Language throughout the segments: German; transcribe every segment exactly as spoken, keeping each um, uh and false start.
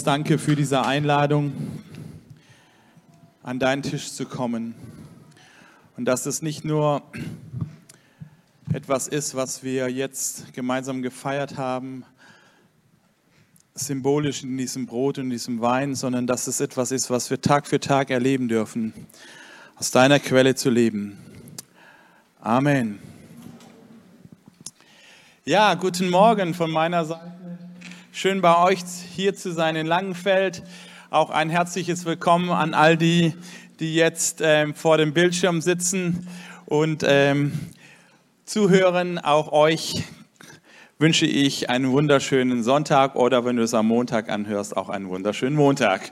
Jesus, danke für diese Einladung, an deinen Tisch zu kommen. Und dass es nicht nur etwas ist, was wir jetzt gemeinsam gefeiert haben, symbolisch in diesem Brot und diesem Wein, sondern dass es etwas ist, was wir Tag für Tag erleben dürfen, aus deiner Quelle zu leben. Amen. Ja, guten Morgen von meiner Seite. Schön bei euch hier zu sein in Langenfeld. Auch ein herzliches Willkommen an all die, die jetzt ähm, vor dem Bildschirm sitzen und ähm, zuhören. Auch euch wünsche ich einen wunderschönen Sonntag oder wenn du es am Montag anhörst, auch einen wunderschönen Montag.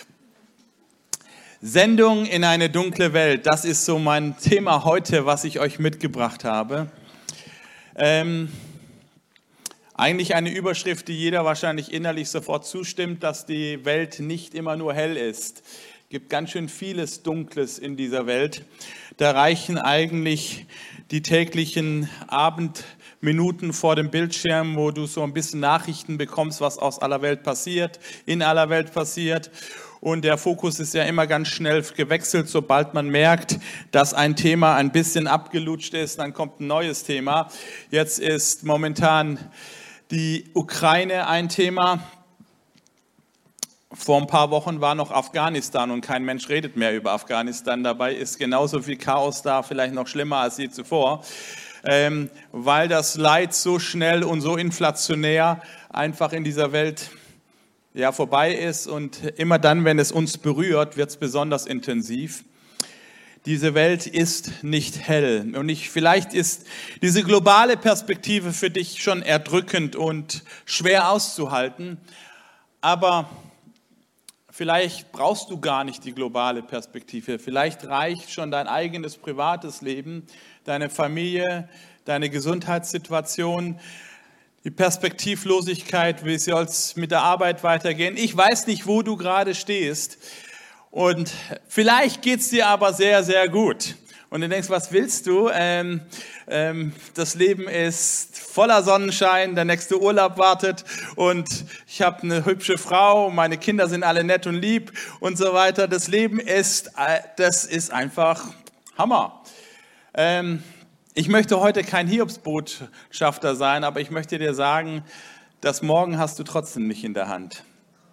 Sendung in eine dunkle Welt, das ist so mein Thema heute, was ich euch mitgebracht habe. Ähm, Eigentlich eine Überschrift, die jeder wahrscheinlich innerlich sofort zustimmt, dass die Welt nicht immer nur hell ist. Es gibt ganz schön vieles Dunkles in dieser Welt. Da reichen eigentlich die täglichen Abendminuten vor dem Bildschirm, wo du so ein bisschen Nachrichten bekommst, was aus aller Welt passiert, in aller Welt passiert. Und der Fokus ist ja immer ganz schnell gewechselt, sobald man merkt, dass ein Thema ein bisschen abgelutscht ist, dann kommt ein neues Thema. Jetzt ist momentan die Ukraine ein Thema. Vor ein paar Wochen war noch Afghanistan und kein Mensch redet mehr über Afghanistan. Dabei ist genauso viel Chaos da, vielleicht noch schlimmer als je zuvor, ähm, weil das Leid so schnell und so inflationär einfach in dieser Welt ja, vorbei ist. Und immer dann, wenn es uns berührt, wird es besonders intensiv. Diese Welt ist nicht hell. Und ich, vielleicht ist diese globale Perspektive für dich schon erdrückend und schwer auszuhalten. Aber vielleicht brauchst du gar nicht die globale Perspektive. Vielleicht reicht schon dein eigenes privates Leben, deine Familie, deine Gesundheitssituation, die Perspektivlosigkeit, wie soll es mit der Arbeit weitergehen. Ich weiß nicht, wo du gerade stehst. Und vielleicht geht's dir aber sehr, sehr gut. Und du denkst, was willst du? Ähm, ähm, das Leben ist voller Sonnenschein, der nächste Urlaub wartet und ich habe eine hübsche Frau, meine Kinder sind alle nett und lieb und so weiter. Das Leben ist, äh, das ist einfach Hammer. Ähm, ich möchte heute kein Hiobsbotschafter sein, aber ich möchte dir sagen, das Morgen hast du trotzdem nicht in der Hand.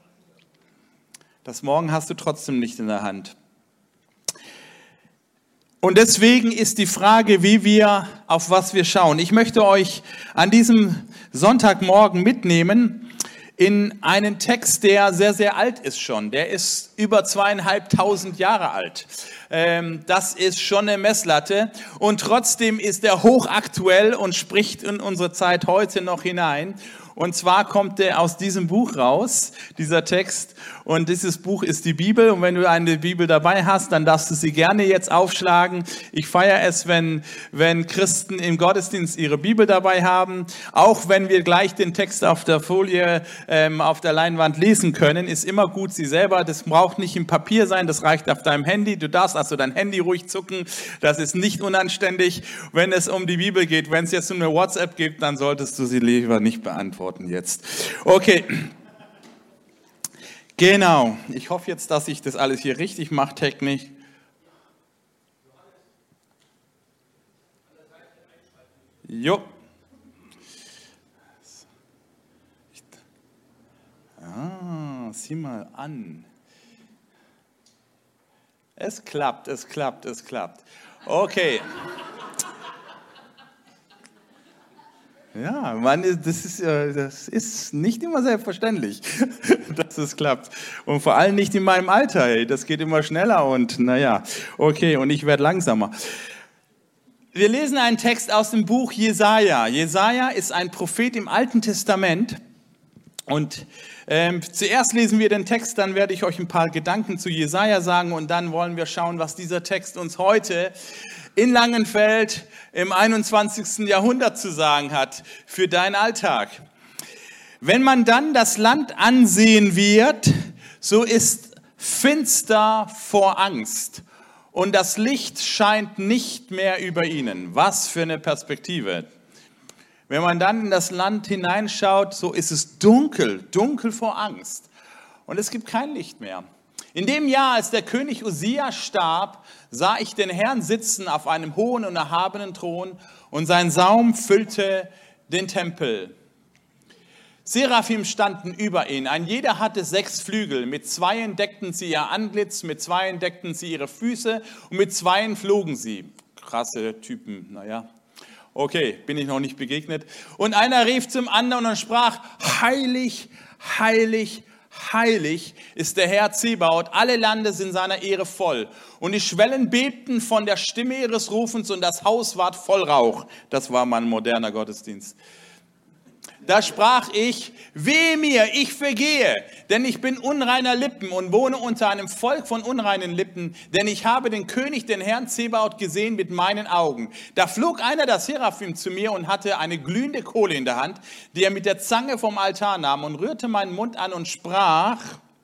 Das Morgen hast du trotzdem nicht in der Hand. Und deswegen ist die Frage, wie wir, auf was wir schauen. Ich möchte euch an diesem Sonntagmorgen mitnehmen in einen Text, der sehr, sehr alt ist schon. Der ist über zweieinhalbtausend Jahre alt. Das ist schon eine Messlatte. Und trotzdem ist er hochaktuell und spricht in unsere Zeit heute noch hinein. Und zwar kommt der aus diesem Buch raus, dieser Text. Und dieses Buch ist die Bibel. Und wenn du eine Bibel dabei hast, dann darfst du sie gerne jetzt aufschlagen. Ich feiere es, wenn, wenn Christen im Gottesdienst ihre Bibel dabei haben. Auch wenn wir gleich den Text auf der Folie, ähm, auf der Leinwand lesen können, ist immer gut, sie selber. Das braucht nicht im Papier sein, das reicht auf deinem Handy. Du darfst also dein Handy ruhig zucken. Das ist nicht unanständig, wenn es um die Bibel geht. Wenn es jetzt um eine WhatsApp gibt, dann solltest du sie lieber nicht beantworten. Jetzt. Okay. Genau. Ich hoffe jetzt, dass ich das alles hier richtig mache, technisch. Jo. Ah, sieh mal an. Es klappt, es klappt, es klappt. Okay. Ja, man, das ist, das ist nicht immer selbstverständlich, dass es klappt. Und vor allem nicht in meinem Alter. Hey. Das geht immer schneller und naja, okay, und ich werde langsamer. Wir lesen einen Text aus dem Buch Jesaja. Jesaja ist ein Prophet im Alten Testament. Und ähm, zuerst lesen wir den Text, dann werde ich euch ein paar Gedanken zu Jesaja sagen und dann wollen wir schauen, was dieser Text uns heute in Langenfeld im einundzwanzigsten Jahrhundert zu sagen hat für deinen Alltag. Wenn man dann das Land ansehen wird, so ist finster vor Angst und das Licht scheint nicht mehr über ihnen. Was für eine Perspektive. Wenn man dann in das Land hineinschaut, so ist es dunkel, dunkel vor Angst. und es gibt kein Licht mehr. In dem Jahr, als der König Usia starb, sah ich den Herrn sitzen auf einem hohen und erhabenen Thron und sein Saum füllte den Tempel. Seraphim standen über ihn, ein jeder hatte sechs Flügel, mit zweien deckten sie ihr Antlitz, mit zweien deckten sie ihre Füße und mit zweien flogen sie. Krasse Typen, naja. Okay, bin ich noch nicht begegnet. Und einer rief zum anderen und sprach, heilig, heilig, heilig ist der Herr Zebaoth, alle Lande sind seiner Ehre voll. Und die Schwellen bebten von der Stimme ihres Rufens und das Haus ward voll Rauch. Das war mein moderner Gottesdienst. Da sprach ich, wehe mir, ich vergehe, denn ich bin unreiner Lippen und wohne unter einem Volk von unreinen Lippen, denn ich habe den König, den Herrn Zebaoth, gesehen mit meinen Augen. Da flog einer der Seraphim zu mir und hatte eine glühende Kohle in der Hand, die er mit der Zange vom Altar nahm und rührte meinen Mund an und sprach,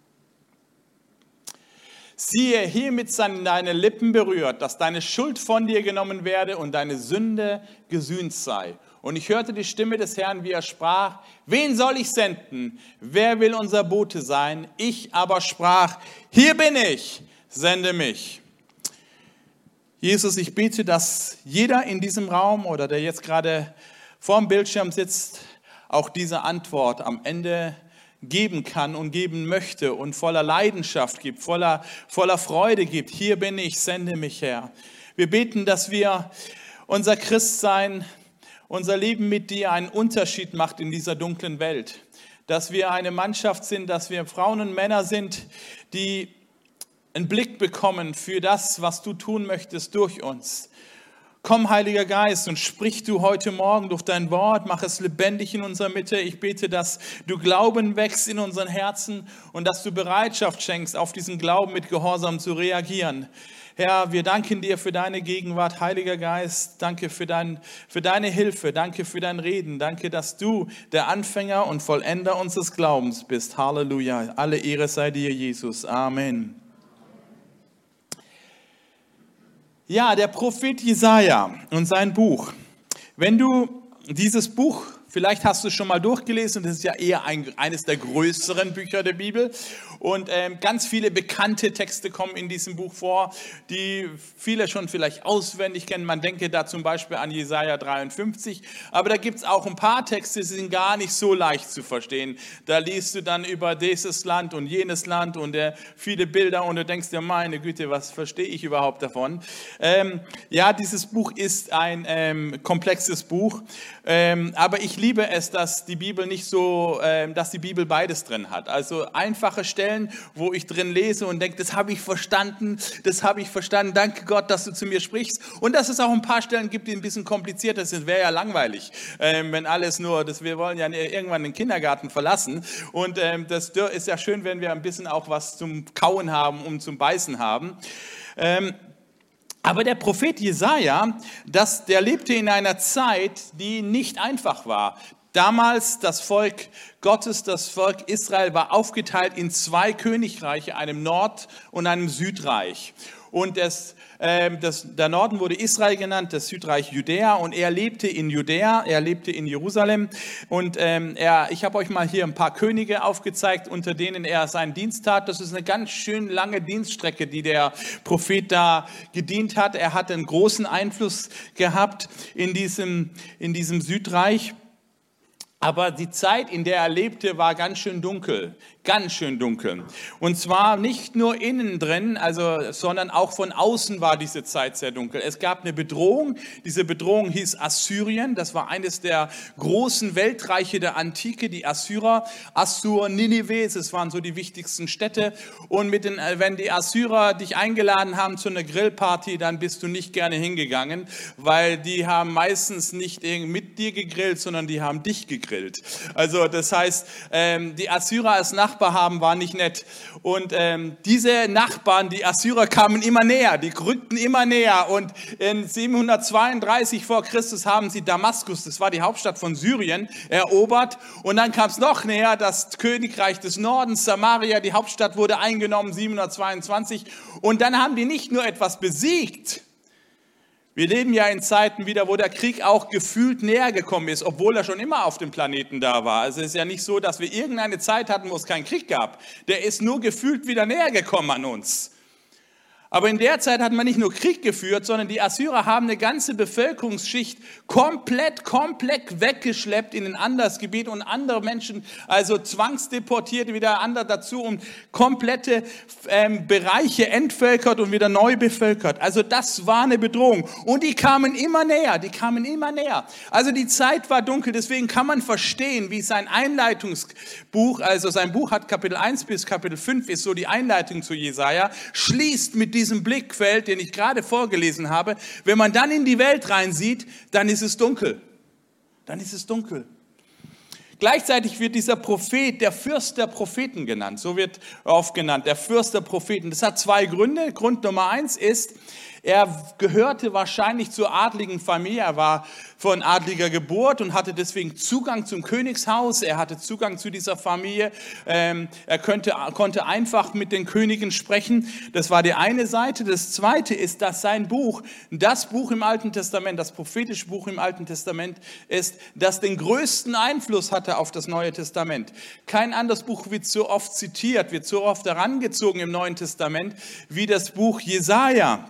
siehe, hiermit sind deine Lippen berührt, dass deine Schuld von dir genommen werde und deine Sünde gesühnt sei. Und ich hörte die Stimme des Herrn, wie er sprach, wen soll ich senden? Wer will unser Bote sein? Ich aber sprach, hier bin ich, sende mich. Jesus, ich bete, dass jeder in diesem Raum oder der jetzt gerade vor dem Bildschirm sitzt, auch diese Antwort am Ende geben kann und geben möchte und voller Leidenschaft gibt, voller, voller Freude gibt. Hier bin ich, sende mich her. Wir beten, dass wir unser Christsein, unser Leben mit dir einen Unterschied macht in dieser dunklen Welt. Dass wir eine Mannschaft sind, dass wir Frauen und Männer sind, die einen Blick bekommen für das, was du tun möchtest durch uns. Komm, Heiliger Geist, und sprich du heute Morgen durch dein Wort, mach es lebendig in unserer Mitte. Ich bete, dass du Glauben wächst in unseren Herzen und dass du Bereitschaft schenkst, auf diesen Glauben mit Gehorsam zu reagieren. Herr, wir danken dir für deine Gegenwart, Heiliger Geist. Danke für, dein, für deine Hilfe, danke für dein Reden. Danke, dass du der Anfänger und Vollender unseres Glaubens bist. Halleluja. Alle Ehre sei dir, Jesus. Amen. Ja, der Prophet Jesaja und sein Buch. Wenn du dieses Buch, vielleicht hast du es schon mal durchgelesen, das ist ja eher ein, eines der größeren Bücher der Bibel. Und ähm, ganz viele bekannte Texte kommen in diesem Buch vor, die viele schon vielleicht auswendig kennen. Man denke da zum Beispiel an Jesaja dreiundfünfzig. Aber da gibt es auch ein paar Texte, die sind gar nicht so leicht zu verstehen. Da liest du dann über dieses Land und jenes Land und äh, viele Bilder und du denkst dir, meine Güte, was verstehe ich überhaupt davon? Ähm, ja, dieses Buch ist ein ähm, komplexes Buch. Ähm, aber ich liebe es, dass die Bibel nicht so, ähm, dass die Bibel beides drin hat. Also einfache Stellen, wo ich drin lese und denke, das habe ich verstanden, das habe ich verstanden. Danke Gott, dass du zu mir sprichst. Und dass es auch ein paar Stellen gibt, die ein bisschen komplizierter sind, wäre ja langweilig, ähm, wenn alles nur, das, wir wollen ja irgendwann den Kindergarten verlassen. Und ähm, das ist ja schön, wenn wir ein bisschen auch was zum Kauen haben und zum Beißen haben. Ähm, Aber der Prophet Jesaja, das, der lebte in einer Zeit, die nicht einfach war. Damals das Volk Gottes, das Volk Israel, war aufgeteilt in zwei Königreiche, einem Nord- und einem Südreich. Und das, äh, das, der Norden wurde Israel genannt, das Südreich Judäa. Und er lebte in Judäa, er lebte in Jerusalem. Und ähm, er, ich habe euch mal hier ein paar Könige aufgezeigt, unter denen er seinen Dienst tat. Das ist eine ganz schön lange Dienststrecke, die der Prophet da gedient hat. Er hat einen großen Einfluss gehabt in diesem, in diesem Südreich. Aber die Zeit, in der er lebte, war ganz schön dunkel, ganz schön dunkel. Und zwar nicht nur innen drin, also, sondern auch von außen war diese Zeit sehr dunkel. Es gab eine Bedrohung, diese Bedrohung hieß Assyrien, das war eines der großen Weltreiche der Antike, die Assyrer, Assur, Ninive, das waren so die wichtigsten Städte. Und mit den, wenn die Assyrer dich eingeladen haben zu einer Grillparty, dann bist du nicht gerne hingegangen, weil die haben meistens nicht mit dir gegrillt, sondern die haben dich gegrillt. Also das heißt, ähm, die Assyrer als Nachbar haben, war nicht nett. Und ähm, diese Nachbarn, die Assyrer, kamen immer näher, die rückten immer näher. Und in siebenhundertzweiunddreißig vor Christus haben sie Damaskus, das war die Hauptstadt von Syrien, erobert. Und dann kam es noch näher, das Königreich des Nordens, Samaria, die Hauptstadt wurde eingenommen, siebenhundertzweiundzwanzig. Und dann haben die nicht nur etwas besiegt, Wir leben ja in Zeiten wieder, wo der Krieg auch gefühlt näher gekommen ist, obwohl er schon immer auf dem Planeten da war. Also es ist ja nicht so, dass wir irgendeine Zeit hatten, wo es keinen Krieg gab. Der ist nur gefühlt wieder näher gekommen an uns. Aber in der Zeit hat man nicht nur Krieg geführt, sondern die Assyrer haben eine ganze Bevölkerungsschicht komplett, komplett weggeschleppt in ein anderes Gebiet und andere Menschen, also zwangsdeportiert, wieder andere dazu und komplette ähm, Bereiche entvölkert und wieder neu bevölkert. Also das war eine Bedrohung. Und die kamen immer näher, die kamen immer näher. Also die Zeit war dunkel, deswegen kann man verstehen, wie sein Einleitungsbuch, also sein Buch hat Kapitel eins bis Kapitel fünf, ist so die Einleitung zu Jesaja, schließt mit diesem Blickfeld, den ich gerade vorgelesen habe. Wenn man dann in die Welt reinsieht, dann ist es dunkel. Dann ist es dunkel. Gleichzeitig wird dieser Prophet der Fürst der Propheten genannt. So wird er oft genannt, der Fürst der Propheten. Das hat zwei Gründe. Grund Nummer eins ist, er gehörte wahrscheinlich zur adligen Familie. Er war von adliger Geburt und hatte deswegen Zugang zum Königshaus. Er hatte Zugang zu dieser Familie. Ähm, er könnte, konnte einfach mit den Königen sprechen. Das war die eine Seite. Das zweite ist, dass sein Buch, das Buch im Alten Testament, das prophetische Buch im Alten Testament ist, das den größten Einfluss hatte auf das Neue Testament. Kein anderes Buch wird so oft zitiert, wird so oft herangezogen im Neuen Testament wie das Buch Jesaja.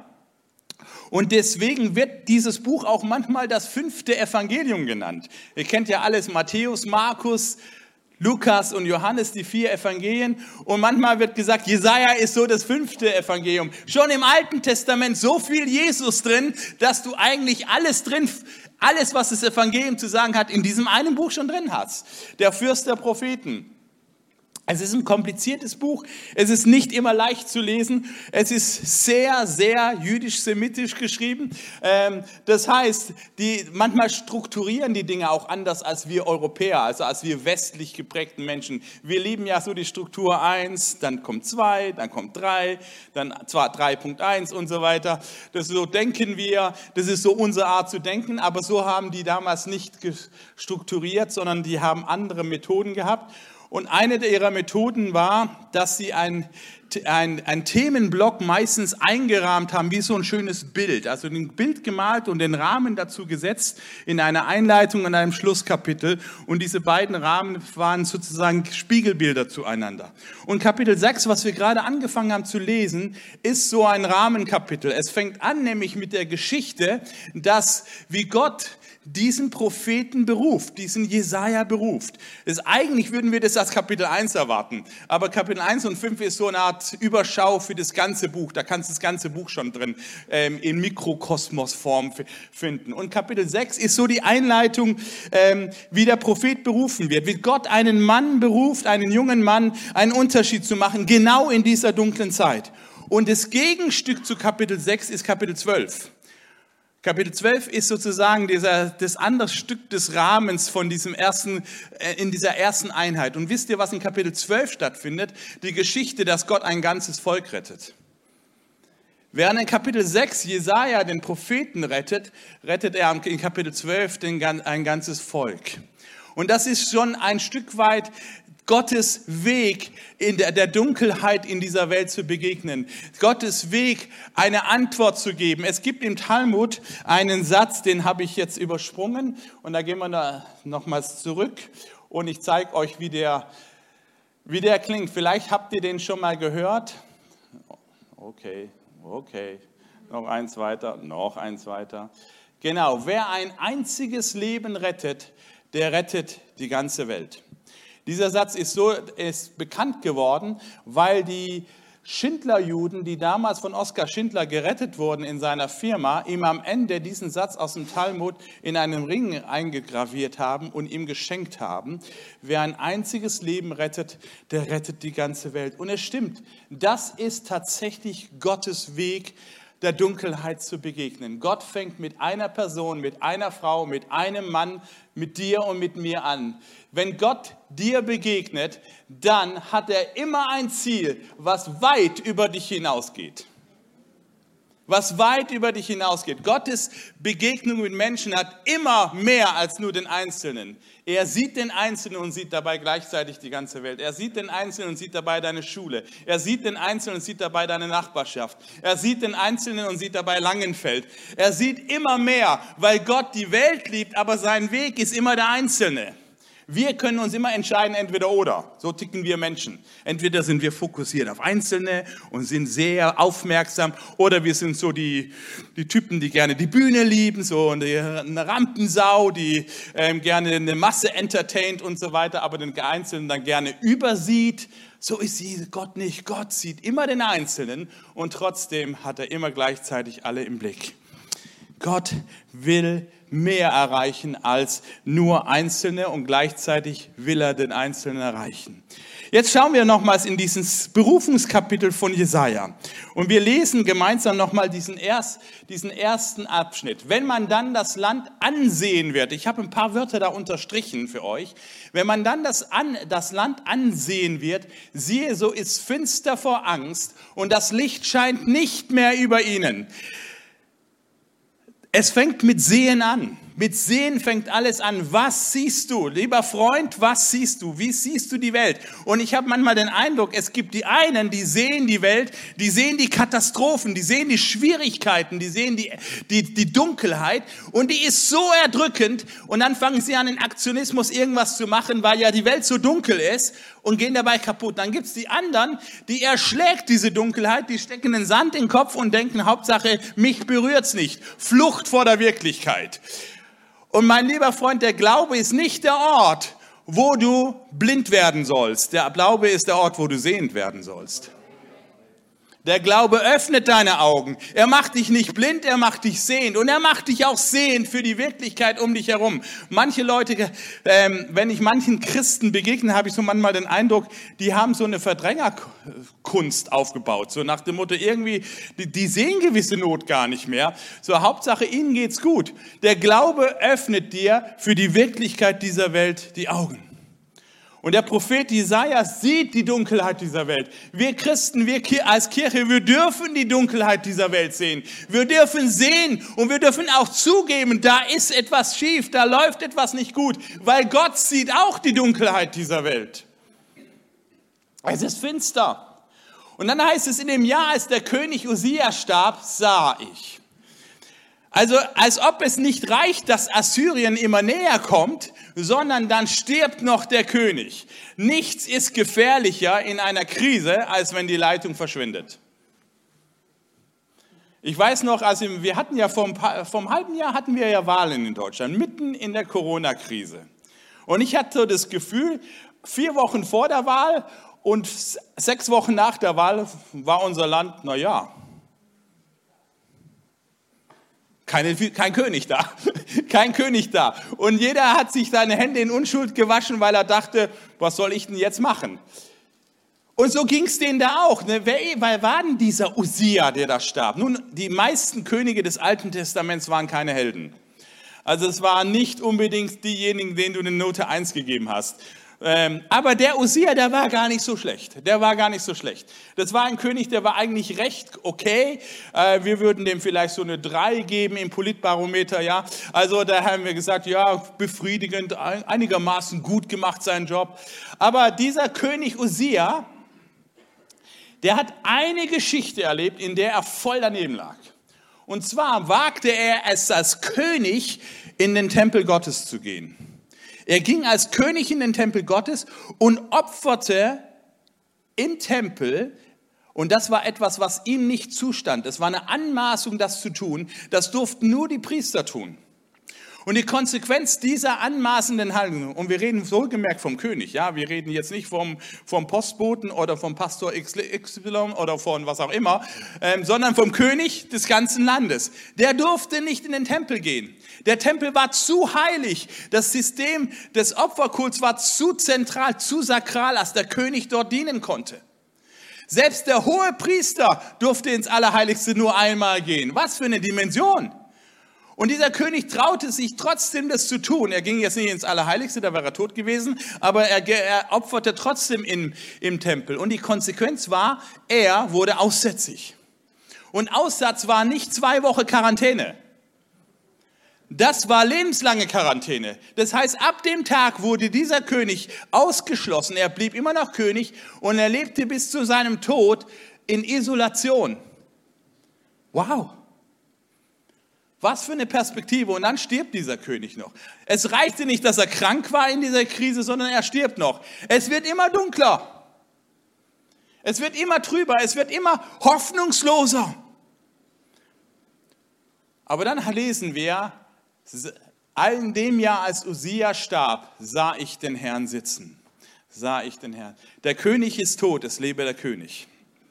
Und deswegen wird dieses Buch auch manchmal das fünfte Evangelium genannt. Ihr kennt ja alles, Matthäus, Markus, Lukas und Johannes, die vier Evangelien. Und manchmal wird gesagt, Jesaja ist so das fünfte Evangelium. Schon im Alten Testament so viel Jesus drin, dass du eigentlich alles drin, alles, was das Evangelium zu sagen hat, in diesem einen Buch schon drin hast. Der Fürst der Propheten. Es ist ein kompliziertes Buch, es ist nicht immer leicht zu lesen, es ist sehr, sehr jüdisch-semitisch geschrieben. Das heißt, die, manchmal strukturieren die Dinge auch anders als wir Europäer, also als wir westlich geprägten Menschen. Wir lieben ja so die Struktur eins, dann kommt zwei, dann kommt drei, dann zwar drei Punkt eins und so weiter. Das so denken wir, das ist so unsere Art zu denken, aber so haben die damals nicht strukturiert, sondern die haben andere Methoden gehabt. Und eine ihrer Methoden war, dass sie ein, ein, ein Themenblock meistens eingerahmt haben, wie so ein schönes Bild. Also ein Bild gemalt und den Rahmen dazu gesetzt in einer Einleitung und einem Schlusskapitel. Und diese beiden Rahmen waren sozusagen Spiegelbilder zueinander. Und Kapitel sechs, was wir gerade angefangen haben zu lesen, ist so ein Rahmenkapitel. Es fängt an nämlich mit der Geschichte, dass wie Gott diesen Propheten beruft, diesen Jesaja beruft. Das, eigentlich würden wir das als Kapitel eins erwarten, aber Kapitel eins und fünf ist so eine Art Überschau für das ganze Buch. Da kannst du das ganze Buch schon drin ähm, in Mikrokosmosform finden. Und Kapitel sechs ist so die Einleitung, ähm, wie der Prophet berufen wird, wie Gott einen Mann beruft, einen jungen Mann, einen Unterschied zu machen, genau in dieser dunklen Zeit. Und das Gegenstück zu Kapitel sechs ist Kapitel zwölf. Kapitel zwölf ist sozusagen dieser, das andere Stück des Rahmens von diesem ersten, in dieser ersten Einheit. Und wisst ihr, was in Kapitel zwölf stattfindet? Die Geschichte, dass Gott ein ganzes Volk rettet. Während in Kapitel sechs Jesaja den Propheten rettet, rettet er in Kapitel zwölf den, ein ganzes Volk. Und das ist schon ein Stück weit Gottes Weg in der, der Dunkelheit in dieser Welt zu begegnen. Gottes Weg, eine Antwort zu geben. Es gibt im Talmud einen Satz, den habe ich jetzt übersprungen. Und da gehen wir da nochmals zurück. Und ich zeige euch, wie der, wie der klingt. Vielleicht habt ihr den schon mal gehört. Okay, okay. Noch eins weiter, noch eins weiter. Genau, wer ein einziges Leben rettet, der rettet die ganze Welt. Dieser Satz ist so ist bekannt geworden, weil die Schindler-Juden, die damals von Oskar Schindler gerettet wurden in seiner Firma, ihm am Ende diesen Satz aus dem Talmud in einem Ring eingegraviert haben und ihm geschenkt haben. Wer ein einziges Leben rettet, der rettet die ganze Welt. Und es stimmt, das ist tatsächlich Gottes Weg, der Dunkelheit zu begegnen. Gott fängt mit einer Person, mit einer Frau, mit einem Mann, mit dir und mit mir an. Wenn Gott dir begegnet, dann hat er immer ein Ziel, was weit über dich hinausgeht. was weit über dich hinausgeht. Gottes Begegnung mit Menschen hat immer mehr als nur den Einzelnen. Er sieht den Einzelnen und sieht dabei gleichzeitig die ganze Welt. Er sieht den Einzelnen und sieht dabei deine Schule. Er sieht den Einzelnen und sieht dabei deine Nachbarschaft. Er sieht den Einzelnen und sieht dabei Langenfeld. Er sieht immer mehr, weil Gott die Welt liebt, aber sein Weg ist immer der Einzelne. Wir können uns immer entscheiden, entweder oder. So ticken wir Menschen. Entweder sind wir fokussiert auf Einzelne und sind sehr aufmerksam, oder wir sind so die, die Typen, die gerne die Bühne lieben, so eine Rampensau, die ähm, gerne eine Masse entertaint und so weiter, aber den Einzelnen dann gerne übersieht. So ist Gott nicht. Gott sieht immer den Einzelnen und trotzdem hat er immer gleichzeitig alle im Blick. Gott will mehr erreichen als nur Einzelne und gleichzeitig will er den Einzelnen erreichen. Jetzt schauen wir nochmals in dieses Berufungskapitel von Jesaja und wir lesen gemeinsam nochmal diesen, erst, diesen ersten Abschnitt. Wenn man dann das Land ansehen wird, ich habe ein paar Wörter da unterstrichen für euch, wenn man dann das, an, das Land ansehen wird, siehe, so ist finster vor Angst und das Licht scheint nicht mehr über ihnen. Es fängt mit Sehen an. Mit Sehen fängt alles an. Was siehst du? Lieber Freund, was siehst du? Wie siehst du die Welt? Und ich habe manchmal den Eindruck, es gibt die einen, die sehen die Welt, die sehen die Katastrophen, die sehen die Schwierigkeiten, die sehen die, die, die Dunkelheit und die ist so erdrückend und dann fangen sie an, in Aktionismus irgendwas zu machen, weil ja die Welt so dunkel ist und gehen dabei kaputt. Dann gibt's die anderen, die erschlägt diese Dunkelheit, die stecken den Sand in den Kopf und denken, Hauptsache, mich berührt's nicht. Flucht vor der Wirklichkeit. Und mein lieber Freund, der Glaube ist nicht der Ort, wo du blind werden sollst. Der Glaube ist der Ort, wo du sehend werden sollst. Der Glaube öffnet deine Augen. Er macht dich nicht blind, er macht dich sehend. Und er macht dich auch sehend für die Wirklichkeit um dich herum. Manche Leute, ähm, wenn ich manchen Christen begegne, habe ich so manchmal den Eindruck, die haben so eine Verdrängerkunst aufgebaut. So nach dem Motto, irgendwie, die, die sehen gewisse Not gar nicht mehr. So, Hauptsache, ihnen geht's gut. Der Glaube öffnet dir für die Wirklichkeit dieser Welt die Augen. Und der Prophet Jesaja sieht die Dunkelheit dieser Welt. Wir Christen, wir als Kirche, wir dürfen die Dunkelheit dieser Welt sehen. Wir dürfen sehen und wir dürfen auch zugeben, da ist etwas schief, da läuft etwas nicht gut, weil Gott sieht auch die Dunkelheit dieser Welt. Es ist finster. Und dann heißt es, in dem Jahr, als der König Usia starb, sah ich. Also als ob es nicht reicht, dass Assyrien immer näher kommt, sondern dann stirbt noch der König. Nichts ist gefährlicher in einer Krise, als wenn die Leitung verschwindet. Ich weiß noch, also wir hatten ja vor einem, vor einem halben Jahr hatten wir ja Wahlen in Deutschland, mitten in der Corona-Krise. Und ich hatte so das Gefühl, vier Wochen vor der Wahl und sechs Wochen nach der Wahl war unser Land, na ja, Keine, kein König da, kein König da. Und jeder hat sich seine Hände in Unschuld gewaschen, weil er dachte, was soll ich denn jetzt machen? Und so ging es denen da auch. Ne? Wer, wer war denn dieser Usia, der da starb? Nun, die meisten Könige des Alten Testaments waren keine Helden. Also es waren nicht unbedingt diejenigen, denen du eine Note eins gegeben hast. Ähm, aber der Usia, der war gar nicht so schlecht. Der war gar nicht so schlecht. Das war ein König, der war eigentlich recht okay. Äh, wir würden dem vielleicht so eine drei geben im Politbarometer, ja. Also da haben wir gesagt, ja, befriedigend, einigermaßen gut gemacht seinen Job. Aber dieser König Usia, der hat eine Geschichte erlebt, in der er voll daneben lag. Und zwar wagte er es als König in den Tempel Gottes zu gehen. Er ging als König in den Tempel Gottes und opferte im Tempel, und das war etwas, was ihm nicht zustand. Es war eine Anmaßung, das zu tun. Das durften nur die Priester tun. Und die Konsequenz dieser anmaßenden Handlung, und wir reden wohlgemerkt vom König, ja, wir reden jetzt nicht vom, vom Postboten oder vom Pastor X Y oder von was auch immer, ähm, sondern vom König des ganzen Landes. Der durfte nicht in den Tempel gehen. Der Tempel war zu heilig. Das System des Opferkults war zu zentral, zu sakral, als der König dort dienen konnte. Selbst der hohe Priester durfte ins Allerheiligste nur einmal gehen. Was für eine Dimension! Und dieser König traute sich trotzdem, das zu tun. Er ging jetzt nicht ins Allerheiligste, da wäre er tot gewesen, aber er, er opferte trotzdem im, im Tempel. Und die Konsequenz war, er wurde aussätzig. Und Aussatz war nicht zwei Wochen Quarantäne. Das war lebenslange Quarantäne. Das heißt, ab dem Tag wurde dieser König ausgeschlossen. Er blieb immer noch König und er lebte bis zu seinem Tod in Isolation. Wow. Was für eine Perspektive. Und dann stirbt dieser König noch. Es reichte nicht, dass er krank war in dieser Krise, sondern er stirbt noch. Es wird immer dunkler. Es wird immer trüber. Es wird immer hoffnungsloser. Aber dann lesen wir, in dem Jahr, als Usia starb, sah ich den Herrn sitzen. Sah ich den Herrn. Der König ist tot, es lebe der König.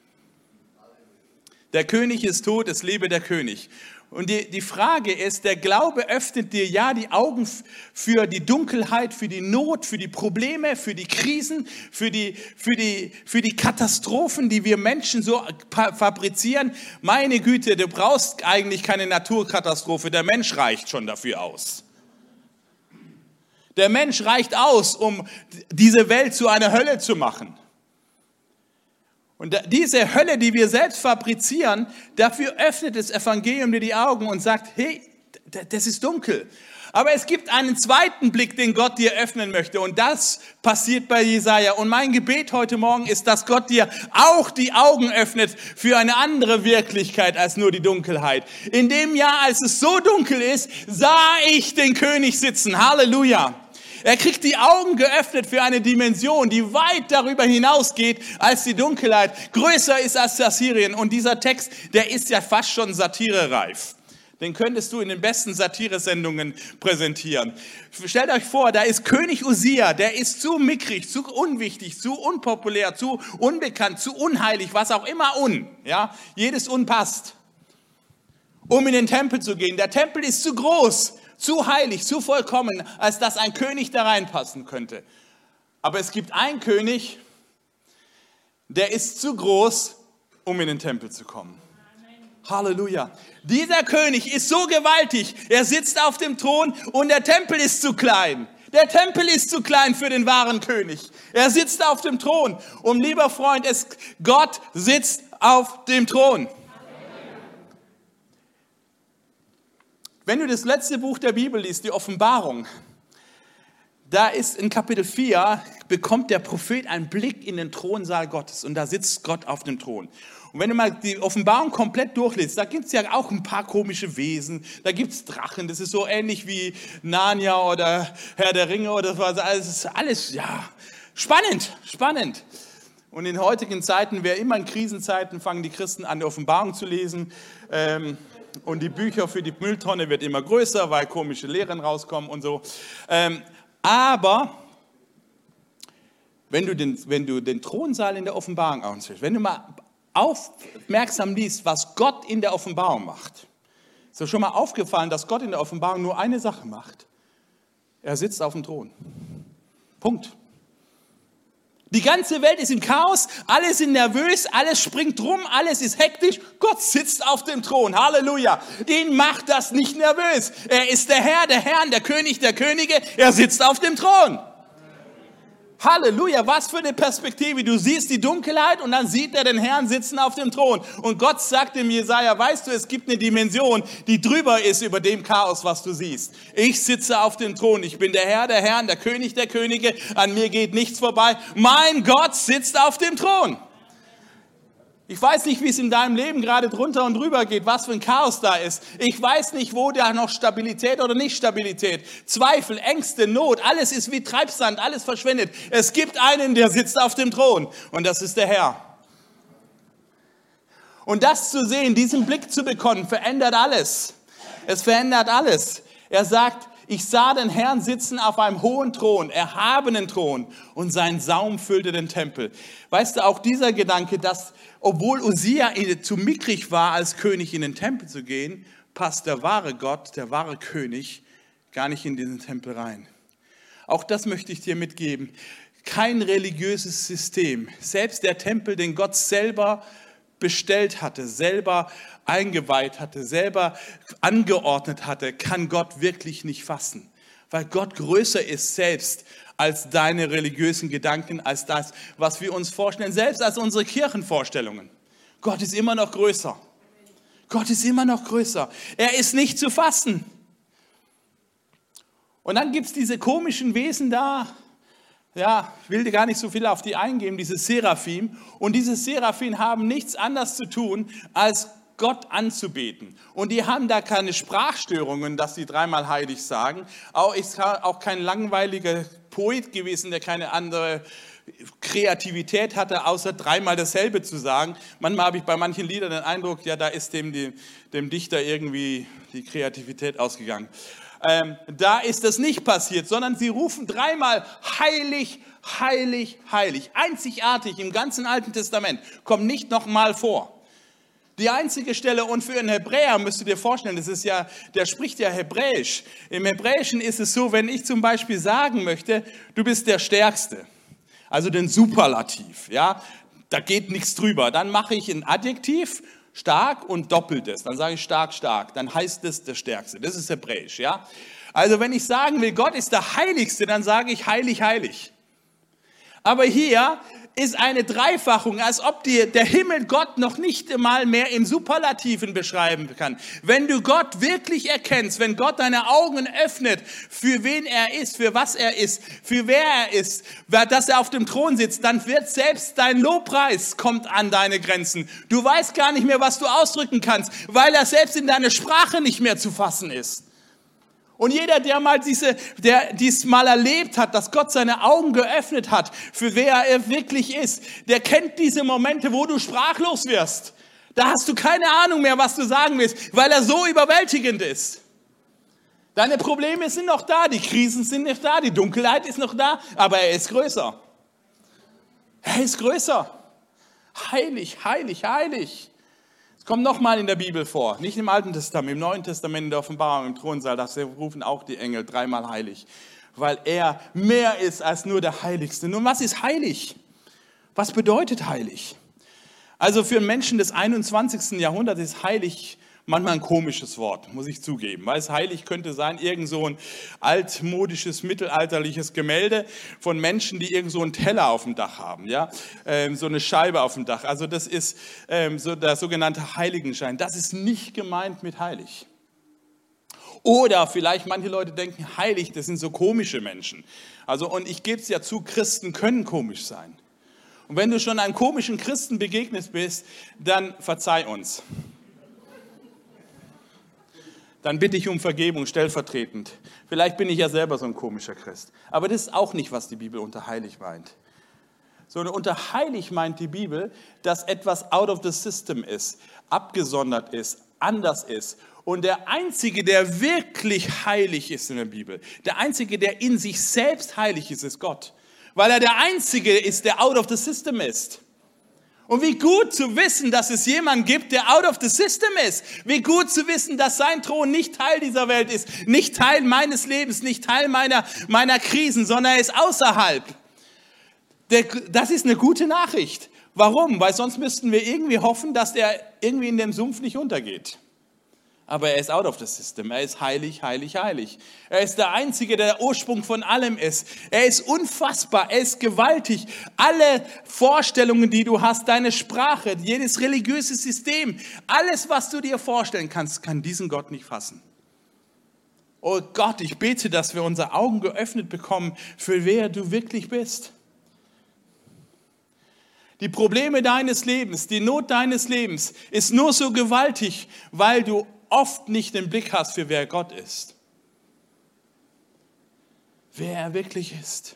Der König ist tot, es lebe der König. Und die, die Frage ist, der Glaube öffnet dir ja die Augen für die Dunkelheit, für die Not, für die Probleme, für die Krisen, für die, für die, für die Katastrophen, die wir Menschen so fabrizieren. Meine Güte, du brauchst eigentlich keine Naturkatastrophe, der Mensch reicht schon dafür aus. Der Mensch reicht aus, um diese Welt zu einer Hölle zu machen. Und diese Hölle, die wir selbst fabrizieren, dafür öffnet das Evangelium dir die Augen und sagt, hey, das ist dunkel. Aber es gibt einen zweiten Blick, den Gott dir öffnen möchte. Und das passiert bei Jesaja. Und mein Gebet heute Morgen ist, dass Gott dir auch die Augen öffnet für eine andere Wirklichkeit als nur die Dunkelheit. In dem Jahr, als es so dunkel ist, sah ich den König sitzen. Halleluja. Er kriegt die Augen geöffnet für eine Dimension, die weit darüber hinausgeht als die Dunkelheit, größer ist als Assyrien. Und dieser Text, der ist ja fast schon satirereif. Den könntest du in den besten Satiresendungen präsentieren. Stellt euch vor, da ist König Usia, der ist zu mickrig, zu unwichtig, zu unpopulär, zu unbekannt, zu unheilig, was auch immer un. Ja, jedes un passt, um in den Tempel zu gehen. Der Tempel ist zu groß, zu heilig, zu vollkommen, als dass ein König da reinpassen könnte. Aber es gibt einen König, der ist zu groß, um in den Tempel zu kommen. Amen. Halleluja. Dieser König ist so gewaltig, er sitzt auf dem Thron und der Tempel ist zu klein. Der Tempel ist zu klein für den wahren König. Er sitzt auf dem Thron. Und lieber Freund, es, Gott sitzt auf dem Thron. Wenn du das letzte Buch der Bibel liest, die Offenbarung, da ist in Kapitel vier, bekommt der Prophet einen Blick in den Thronsaal Gottes und da sitzt Gott auf dem Thron. Und wenn du mal die Offenbarung komplett durchliest, da gibt es ja auch ein paar komische Wesen, da gibt es Drachen, das ist so ähnlich wie Narnia oder Herr der Ringe oder so, also das ist alles, ja, spannend, spannend. Und in heutigen Zeiten, wer immer in Krisenzeiten, fangen die Christen an, die Offenbarung zu lesen, ähm, und die Bücher für die Mülltonne wird immer größer, weil komische Lehren rauskommen und so. Ähm, aber wenn du, den, wenn du den Thronsaal in der Offenbarung anschaust, wenn du mal aufmerksam liest, was Gott in der Offenbarung macht, ist dir schon mal aufgefallen, dass Gott in der Offenbarung nur eine Sache macht. Er sitzt auf dem Thron. Punkt. Die ganze Welt ist im Chaos, alle sind nervös, alles springt rum, alles ist hektisch. Gott sitzt auf dem Thron, Halleluja. Ihn macht das nicht nervös. Er ist der Herr der Herren, der König der Könige, er sitzt auf dem Thron. Halleluja, was für eine Perspektive. Du siehst die Dunkelheit und dann sieht er den Herrn sitzen auf dem Thron. Und Gott sagt dem Jesaja, weißt du, es gibt eine Dimension, die drüber ist über dem Chaos, was du siehst. Ich sitze auf dem Thron. Ich bin der Herr der Herren, der König der Könige. An mir geht nichts vorbei. Mein Gott sitzt auf dem Thron. Ich weiß nicht, wie es in deinem Leben gerade drunter und drüber geht, was für ein Chaos da ist. Ich weiß nicht, wo da noch Stabilität oder nicht Stabilität, Zweifel, Ängste, Not, alles ist wie Treibsand, alles verschwendet. Es gibt einen, der sitzt auf dem Thron und das ist der Herr. Und das zu sehen, diesen Blick zu bekommen, verändert alles. Es verändert alles. Er sagt, ich sah den Herrn sitzen auf einem hohen Thron, erhabenen Thron und sein Saum füllte den Tempel. Weißt du, auch dieser Gedanke, dass obwohl Usia zu mickrig war, als König in den Tempel zu gehen, passt der wahre Gott, der wahre König, gar nicht in diesen Tempel rein. Auch das möchte ich dir mitgeben. Kein religiöses System, selbst der Tempel, den Gott selber bestellt hatte, selber eingeweiht hatte, selber angeordnet hatte, kann Gott wirklich nicht fassen. Weil Gott größer ist selbst als deine religiösen Gedanken, als das, was wir uns vorstellen, selbst als unsere Kirchenvorstellungen. Gott ist immer noch größer. Gott ist immer noch größer. Er ist nicht zu fassen. Und dann gibt es diese komischen Wesen da, ja, ich will gar nicht so viel auf die eingehen, diese Seraphim. Und diese Seraphim haben nichts anderes zu tun, als Gott anzubeten. Und die haben da keine Sprachstörungen, dass sie dreimal heilig sagen. Auch ist auch kein langweiliger Poet gewesen, der keine andere Kreativität hatte, außer dreimal dasselbe zu sagen. Manchmal habe ich bei manchen Liedern den Eindruck, ja, da ist dem, dem, dem Dichter irgendwie die Kreativität ausgegangen. Ähm, da ist das nicht passiert, sondern sie rufen dreimal heilig, heilig, heilig. Einzigartig im ganzen Alten Testament, kommt nicht nochmal vor. Die einzige Stelle, und für einen Hebräer müsst du dir vorstellen, das ist ja, der spricht ja Hebräisch. Im Hebräischen ist es so, wenn ich zum Beispiel sagen möchte, du bist der Stärkste, also den Superlativ, ja, da geht nichts drüber, dann mache ich ein Adjektiv, stark und doppeltes, dann sage ich stark, stark, dann heißt es der Stärkste, das ist Hebräisch, ja. Also wenn ich sagen will, Gott ist der Heiligste, dann sage ich heilig, heilig. Aber hier ist eine Dreifachung, als ob dir der Himmel Gott noch nicht einmal mehr im Superlativen beschreiben kann. Wenn du Gott wirklich erkennst, wenn Gott deine Augen öffnet, für wen er ist, für was er ist, für wer er ist, dass er auf dem Thron sitzt, dann wird selbst dein Lobpreis kommt an deine Grenzen. Du weißt gar nicht mehr, was du ausdrücken kannst, weil er selbst in deiner Sprache nicht mehr zu fassen ist. Und jeder, der mal diese, der dies mal erlebt hat, dass Gott seine Augen geöffnet hat, für wer er wirklich ist, der kennt diese Momente, wo du sprachlos wirst. Da hast du keine Ahnung mehr, was du sagen willst, weil er so überwältigend ist. Deine Probleme sind noch da, die Krisen sind noch da, die Dunkelheit ist noch da, aber er ist größer. Er ist größer. Heilig, heilig, heilig. Es kommt nochmal in der Bibel vor, nicht im Alten Testament, im Neuen Testament, in der Offenbarung, im Thronsaal, da rufen auch die Engel dreimal heilig, weil er mehr ist als nur der Heiligste. Nun, was ist heilig? Was bedeutet heilig? Also für einen Menschen des einundzwanzigsten Jahrhunderts ist heilig manchmal ein komisches Wort, muss ich zugeben, weil es heilig könnte sein, irgend so ein altmodisches, mittelalterliches Gemälde von Menschen, die irgend so einen Teller auf dem Dach haben, ja, ähm, so eine Scheibe auf dem Dach. Also das ist ähm, so der sogenannte Heiligenschein. Das ist nicht gemeint mit heilig. Oder vielleicht manche Leute denken, heilig, das sind so komische Menschen. Also und ich gebe es ja zu, Christen können komisch sein. Und wenn du schon einem komischen Christen begegnet bist, dann verzeih uns. Dann bitte ich um Vergebung stellvertretend. Vielleicht bin ich ja selber so ein komischer Christ. Aber das ist auch nicht, was die Bibel unter heilig meint. Sondern unter heilig meint die Bibel, dass etwas out of the system ist, abgesondert ist, anders ist. Und der Einzige, der wirklich heilig ist in der Bibel, der Einzige, der in sich selbst heilig ist, ist Gott. Weil er der Einzige ist, der out of the system ist. Und wie gut zu wissen, dass es jemanden gibt, der out of the system ist. Wie gut zu wissen, dass sein Thron nicht Teil dieser Welt ist, nicht Teil meines Lebens, nicht Teil meiner, meiner Krisen, sondern er ist außerhalb. Der, das ist eine gute Nachricht. Warum? Weil sonst müssten wir irgendwie hoffen, dass er irgendwie in dem Sumpf nicht untergeht. Aber er ist out of the system. Er ist heilig, heilig, heilig. Er ist der Einzige, der der Ursprung von allem ist. Er ist unfassbar, er ist gewaltig. Alle Vorstellungen, die du hast, deine Sprache, jedes religiöse System, alles, was du dir vorstellen kannst, kann diesen Gott nicht fassen. Oh Gott, ich bete, dass wir unsere Augen geöffnet bekommen, für wer du wirklich bist. Die Probleme deines Lebens, die Not deines Lebens ist nur so gewaltig, weil du oft nicht den Blick hast, für wer Gott ist. Wer er wirklich ist.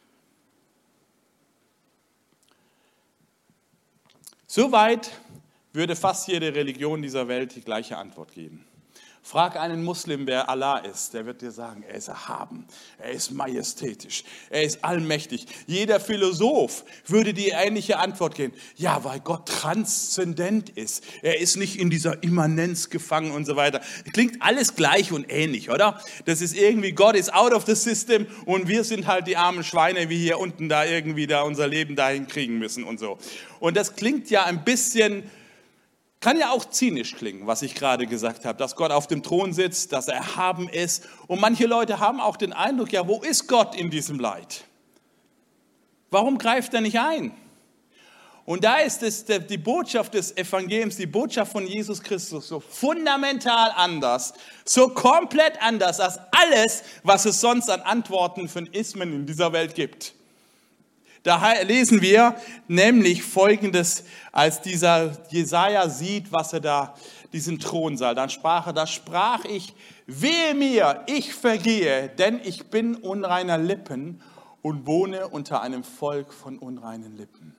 Soweit würde fast jede Religion dieser Welt die gleiche Antwort geben. Frag einen Muslim, wer Allah ist, der wird dir sagen, er ist erhaben, er ist majestätisch, er ist allmächtig. Jeder Philosoph würde die ähnliche Antwort geben. Ja, weil Gott transzendent ist, er ist nicht in dieser Immanenz gefangen und so weiter. Klingt alles gleich und ähnlich, oder? Das ist irgendwie, Gott ist out of the system und wir sind halt die armen Schweine, wie hier unten da irgendwie da unser Leben dahin kriegen müssen und so. Und das klingt ja ein bisschen... Kann ja auch zynisch klingen, was ich gerade gesagt habe, dass Gott auf dem Thron sitzt, dass er erhaben ist. Und manche Leute haben auch den Eindruck, ja, wo ist Gott in diesem Leid? Warum greift er nicht ein? Und da ist es die Botschaft des Evangeliums, die Botschaft von Jesus Christus so fundamental anders, so komplett anders als alles, was es sonst an Antworten von Ismen in dieser Welt gibt. Da lesen wir nämlich Folgendes, als dieser Jesaja sieht, was er da, diesen Thronsaal, dann sprach er, da sprach ich, wehe mir, ich vergehe, denn ich bin unreiner Lippen und wohne unter einem Volk von unreinen Lippen.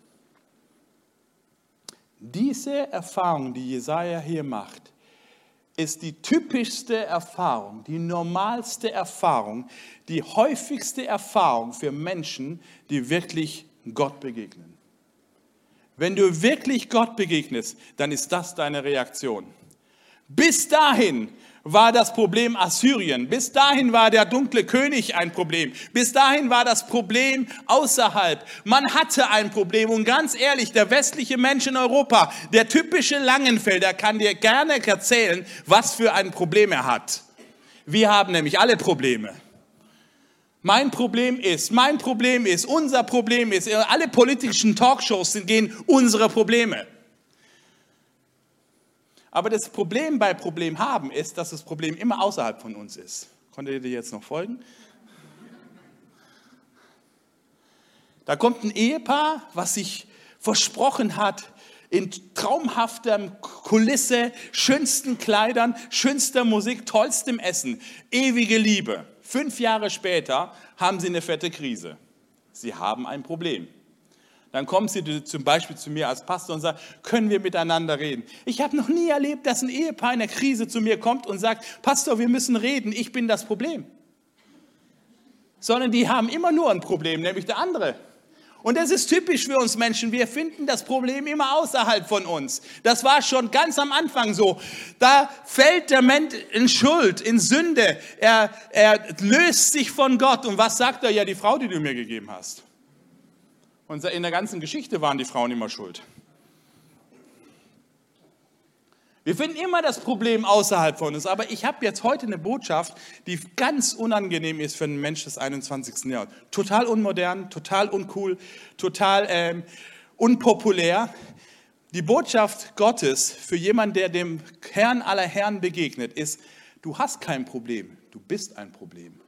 Diese Erfahrung, die Jesaja hier macht, ist die typischste Erfahrung, die normalste Erfahrung, die häufigste Erfahrung für Menschen, die wirklich Gott begegnen. Wenn du wirklich Gott begegnest, dann ist das deine Reaktion. Bis dahin war das Problem Assyrien. Bis dahin war der dunkle König ein Problem. Bis dahin war das Problem außerhalb. Man hatte ein Problem. Und ganz ehrlich, der westliche Mensch in Europa, der typische Langenfelder, kann dir gerne erzählen, was für ein Problem er hat. Wir haben nämlich alle Probleme. Mein Problem ist, mein Problem ist, unser Problem ist, alle politischen Talkshows gehen unsere Probleme. Aber das Problem bei Problem haben ist, dass das Problem immer außerhalb von uns ist. Konntet ihr dir jetzt noch folgen? Da kommt ein Ehepaar, was sich versprochen hat, in traumhafter Kulisse, schönsten Kleidern, schönster Musik, tollstem Essen, ewige Liebe. Fünf Jahre später haben sie eine fette Krise. Sie haben ein Problem. Dann kommen sie zum Beispiel zu mir als Pastor und sagen, können wir miteinander reden? Ich habe noch nie erlebt, dass ein Ehepaar in der Krise zu mir kommt und sagt, Pastor, wir müssen reden, ich bin das Problem. Sondern die haben immer nur ein Problem, nämlich der andere. Und das ist typisch für uns Menschen, wir finden das Problem immer außerhalb von uns. Das war schon ganz am Anfang so. Da fällt der Mensch in Schuld, in Sünde, er, er löst sich von Gott. Und was sagt er? Ja, die Frau, die du mir gegeben hast. Und in der ganzen Geschichte waren die Frauen immer schuld. Wir finden immer das Problem außerhalb von uns. Aber ich habe jetzt heute eine Botschaft, die ganz unangenehm ist für einen Menschen des einundzwanzigsten Jahrhunderts. Total unmodern, total uncool, total ähm, unpopulär. Die Botschaft Gottes für jemanden, der dem Herrn aller Herren begegnet, ist, du hast kein Problem, du bist ein Problem.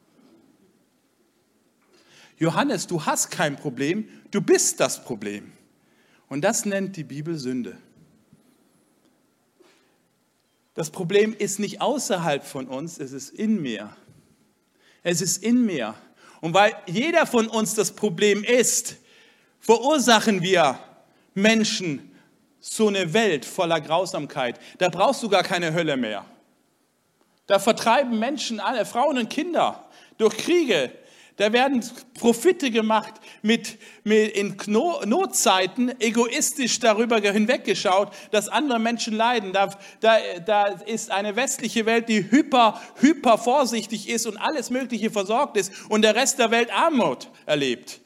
Johannes, du hast kein Problem, du bist das Problem. Und das nennt die Bibel Sünde. Das Problem ist nicht außerhalb von uns, es ist in mir. Es ist in mir. Und weil jeder von uns das Problem ist, verursachen wir Menschen so eine Welt voller Grausamkeit. Da brauchst du gar keine Hölle mehr. Da vertreiben Menschen alle, Frauen und Kinder, durch Kriege. Da werden Profite gemacht, mit, mit in Notzeiten egoistisch darüber hinweggeschaut, dass andere Menschen leiden. Da, da, da ist eine westliche Welt, die hyper, hyper vorsichtig ist und alles Mögliche versorgt ist und der Rest der Welt Armut erlebt.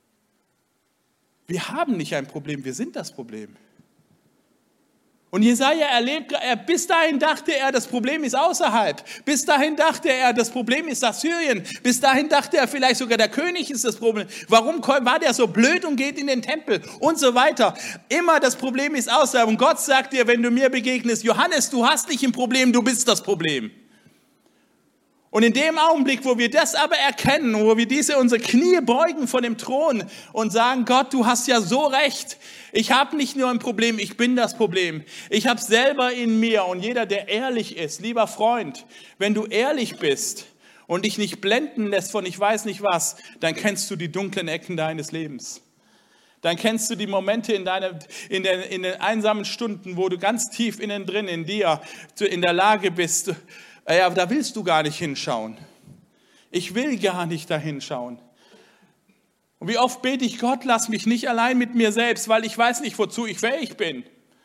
Wir haben nicht ein Problem, wir sind das Problem. Und Jesaja erlebt, er, bis dahin dachte er, das Problem ist außerhalb. Bis dahin dachte er, das Problem ist Assyrien. Bis dahin dachte er, vielleicht sogar der König ist das Problem. Warum war der so blöd und geht in den Tempel und so weiter? Immer das Problem ist außerhalb. Und Gott sagt dir, wenn du mir begegnest, Johannes, du hast nicht ein Problem, du bist das Problem. Und in dem Augenblick, wo wir das aber erkennen, wo wir diese unsere Knie beugen vor dem Thron und sagen, Gott, du hast ja so recht. Ich habe nicht nur ein Problem, ich bin das Problem. Ich habe es selber in mir und jeder, der ehrlich ist, lieber Freund, wenn du ehrlich bist und dich nicht blenden lässt von ich weiß nicht was, dann kennst du die dunklen Ecken deines Lebens. Dann kennst du die Momente in, deiner, in, der, in den einsamen Stunden, wo du ganz tief innen drin in dir in der Lage bist, ja, da willst du gar nicht hinschauen. Ich will gar nicht da hinschauen. Und wie oft bete ich, Gott, lass mich nicht allein mit mir selbst, weil ich weiß nicht, wozu ich fähig bin.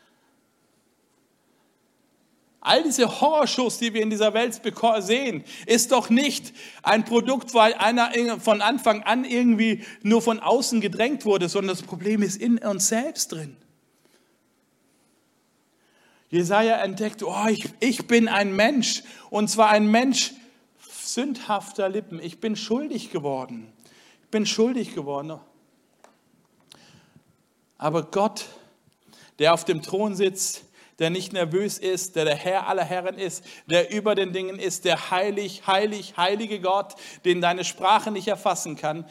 All diese Horrorshows, die wir in dieser Welt sehen, ist doch nicht ein Produkt, weil einer von Anfang an irgendwie nur von außen gedrängt wurde, sondern das Problem ist in uns selbst drin. Jesaja entdeckt, oh, ich, ich bin ein Mensch, und zwar ein Mensch sündhafter Lippen. Ich bin schuldig geworden. Ich bin schuldig geworden. Aber Gott, der auf dem Thron sitzt, der nicht nervös ist, der der Herr aller Herren ist, der über den Dingen ist, der heilig, heilig, heilige Gott, den deine Sprache nicht erfassen kann,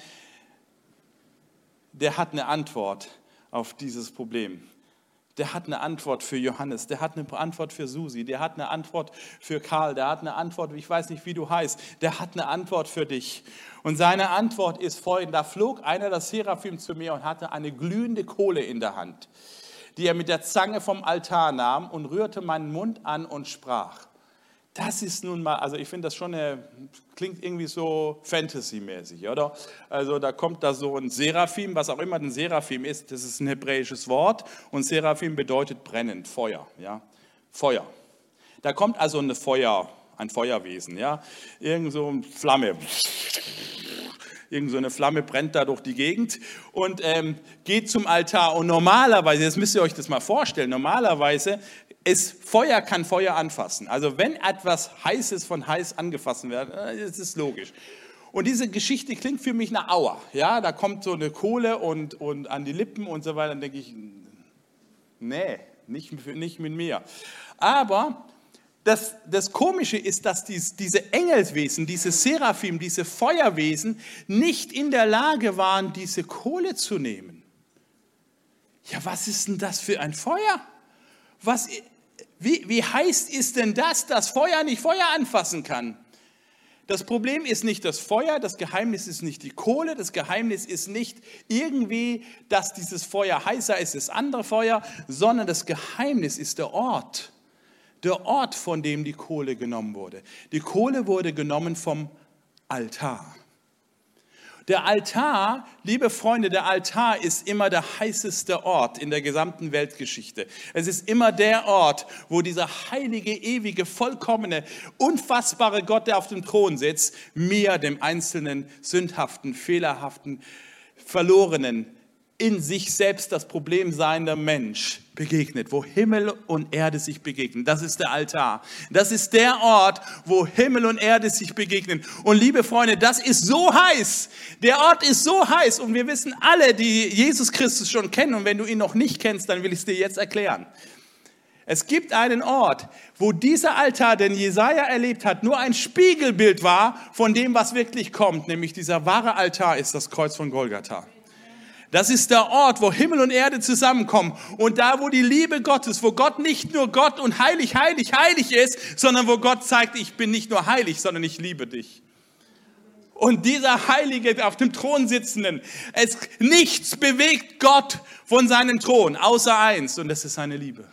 der hat eine Antwort auf dieses Problem. Der hat eine Antwort für Johannes, der hat eine Antwort für Susi, der hat eine Antwort für Karl, der hat eine Antwort, ich weiß nicht, wie du heißt, der hat eine Antwort für dich. Und seine Antwort ist folgende: Da flog einer der Seraphim zu mir und hatte eine glühende Kohle in der Hand, die er mit der Zange vom Altar nahm und rührte meinen Mund an und sprach. Das ist nun mal, also ich finde das schon, eine, klingt irgendwie so Fantasy-mäßig, oder? Also da kommt da so ein Seraphim, was auch immer ein Seraphim ist, das ist ein hebräisches Wort und Seraphim bedeutet brennend, Feuer, ja, Feuer. Da kommt also eine Feuer, ein Feuerwesen, ja, irgend so eine Flamme. Irgend so eine Flamme brennt da durch die Gegend und ähm, geht zum Altar. Und normalerweise, jetzt müsst ihr euch das mal vorstellen, normalerweise ist Feuer, kann Feuer anfassen. Also wenn etwas Heißes von heiß angefasst wird, das ist logisch. Und diese Geschichte klingt für mich nach Aua. Ja, da kommt so eine Kohle und, und an die Lippen und so weiter. Dann denke ich, nee, nicht, nicht mit mir. Aber Das, das Komische ist, dass dies, diese Engelswesen, diese Seraphim, diese Feuerwesen nicht in der Lage waren, diese Kohle zu nehmen. Ja, was ist denn das für ein Feuer? Was, wie, wie heiß ist denn das, dass Feuer nicht Feuer anfassen kann? Das Problem ist nicht das Feuer, das Geheimnis ist nicht die Kohle, das Geheimnis ist nicht irgendwie, dass dieses Feuer heißer ist als andere Feuer, sondern das Geheimnis ist der Ort. Der Ort, von dem die Kohle genommen wurde. Die Kohle wurde genommen vom Altar. Der Altar, liebe Freunde, der Altar ist immer der heißeste Ort in der gesamten Weltgeschichte. Es ist immer der Ort, wo dieser heilige, ewige, vollkommene, unfassbare Gott, der auf dem Thron sitzt, mir, dem einzelnen, sündhaften, fehlerhaften, verlorenen, in sich selbst das Problem seiender Mensch begegnet, wo Himmel und Erde sich begegnen. Das ist der Altar. Das ist der Ort, wo Himmel und Erde sich begegnen. Und liebe Freunde, das ist so heiß. Der Ort ist so heiß und wir wissen alle, die Jesus Christus schon kennen, und wenn du ihn noch nicht kennst, dann will ich es dir jetzt erklären. Es gibt einen Ort, wo dieser Altar, den Jesaja erlebt hat, nur ein Spiegelbild war von dem, was wirklich kommt, nämlich dieser wahre Altar ist das Kreuz von Golgatha. Das ist der Ort, wo Himmel und Erde zusammenkommen und da, wo die Liebe Gottes, wo Gott nicht nur Gott und heilig, heilig, heilig ist, sondern wo Gott zeigt, ich bin nicht nur heilig, sondern ich liebe dich. Und dieser Heilige auf dem Thron sitzenden, es, nichts bewegt Gott von seinem Thron, außer eins, und das ist seine Liebe.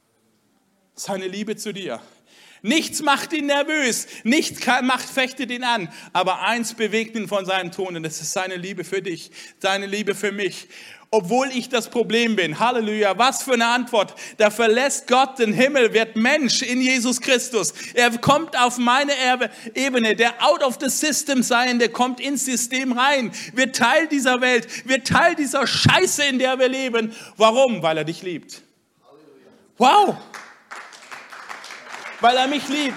Seine Liebe zu dir. Nichts macht ihn nervös, nichts kann, macht, fechtet ihn an, aber eins bewegt ihn von seinem Thron und das ist seine Liebe für dich, seine Liebe für mich. Obwohl ich das Problem bin, Halleluja, was für eine Antwort. Da verlässt Gott den Himmel, wird Mensch in Jesus Christus. Er kommt auf meine Ebene, der out of the system Seiende kommt ins System rein, wird Teil dieser Welt, wird Teil dieser Scheiße, in der wir leben. Warum? Weil er dich liebt. Wow! Weil er mich liebt.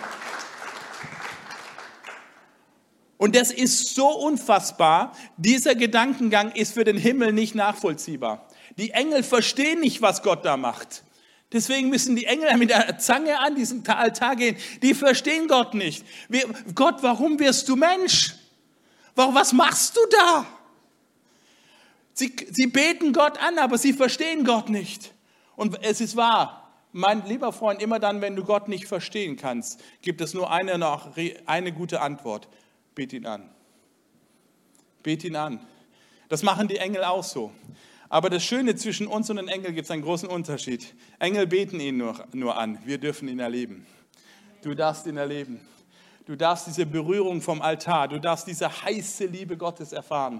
Und das ist so unfassbar, dieser Gedankengang ist für den Himmel nicht nachvollziehbar. Die Engel verstehen nicht, was Gott da macht. Deswegen müssen die Engel mit der Zange an diesen Altar gehen. Die verstehen Gott nicht. Wir, Gott, warum wirst du Mensch? Warum, was machst du da? Sie, sie beten Gott an, aber sie verstehen Gott nicht. Und es ist wahr. Mein lieber Freund, immer dann, wenn du Gott nicht verstehen kannst, gibt es nur eine, noch, eine gute Antwort. Bet ihn an. Bet ihn an. Das machen die Engel auch so. Aber das Schöne zwischen uns und den Engeln gibt es einen großen Unterschied. Engel beten ihn nur, nur an. Wir dürfen ihn erleben. Du darfst ihn erleben. Du darfst diese Berührung vom Altar, du darfst diese heiße Liebe Gottes erfahren.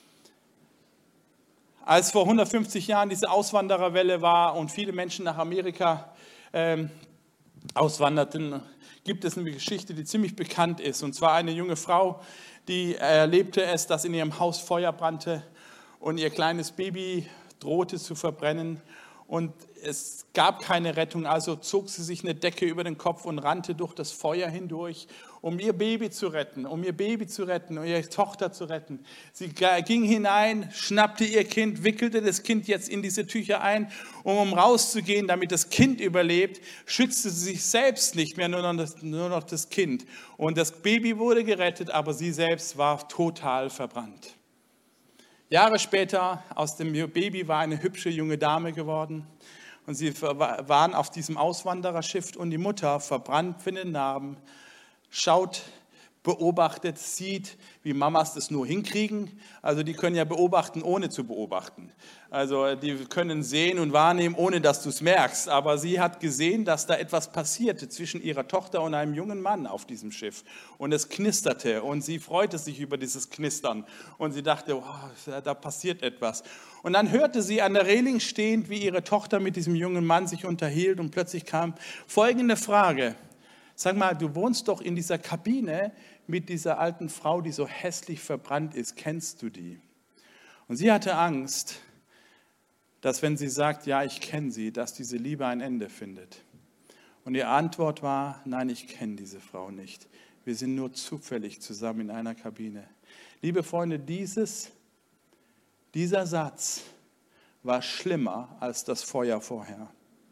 Als vor hundertfünfzig Jahren diese Auswandererwelle war und viele Menschen nach Amerika ähm, auswanderten, gibt es eine Geschichte, die ziemlich bekannt ist. Und zwar eine junge Frau, die erlebte es, dass in ihrem Haus Feuer brannte und ihr kleines Baby drohte zu verbrennen. und es gab keine Rettung, also zog sie sich eine Decke über den Kopf und rannte durch das Feuer hindurch, um ihr Baby zu retten, um ihr Baby zu retten, um ihre Tochter zu retten. Sie ging hinein, schnappte ihr Kind, wickelte das Kind jetzt in diese Tücher ein, um, um rauszugehen, damit das Kind überlebt, schützte sie sich selbst nicht mehr, nur noch, das, nur noch das Kind. Und das Baby wurde gerettet, aber sie selbst war total verbrannt. Jahre später, aus dem Baby war eine hübsche junge Dame geworden. Und sie waren auf diesem Auswandererschiff und die Mutter, verbrannt von den Narben, schaut, beobachtet, sieht, wie Mamas das nur hinkriegen. Also die können ja beobachten, ohne zu beobachten. Also die können sehen und wahrnehmen, ohne dass du es merkst. Aber sie hat gesehen, dass da etwas passierte zwischen ihrer Tochter und einem jungen Mann auf diesem Schiff. Und es knisterte und sie freute sich über dieses Knistern. Und sie dachte, wow, da passiert etwas. Und dann hörte sie an der Reling stehend, wie ihre Tochter mit diesem jungen Mann sich unterhielt. Und plötzlich kam folgende Frage. Sag mal, du wohnst doch in dieser Kabine mit dieser alten Frau, die so hässlich verbrannt ist. Kennst du die? Und sie hatte Angst, dass wenn sie sagt, ja, ich kenne sie, dass diese Liebe ein Ende findet. Und ihre Antwort war, nein, ich kenne diese Frau nicht. Wir sind nur zufällig zusammen in einer Kabine. Liebe Freunde, dieses, dieser Satz war schlimmer als das Feuer vorher.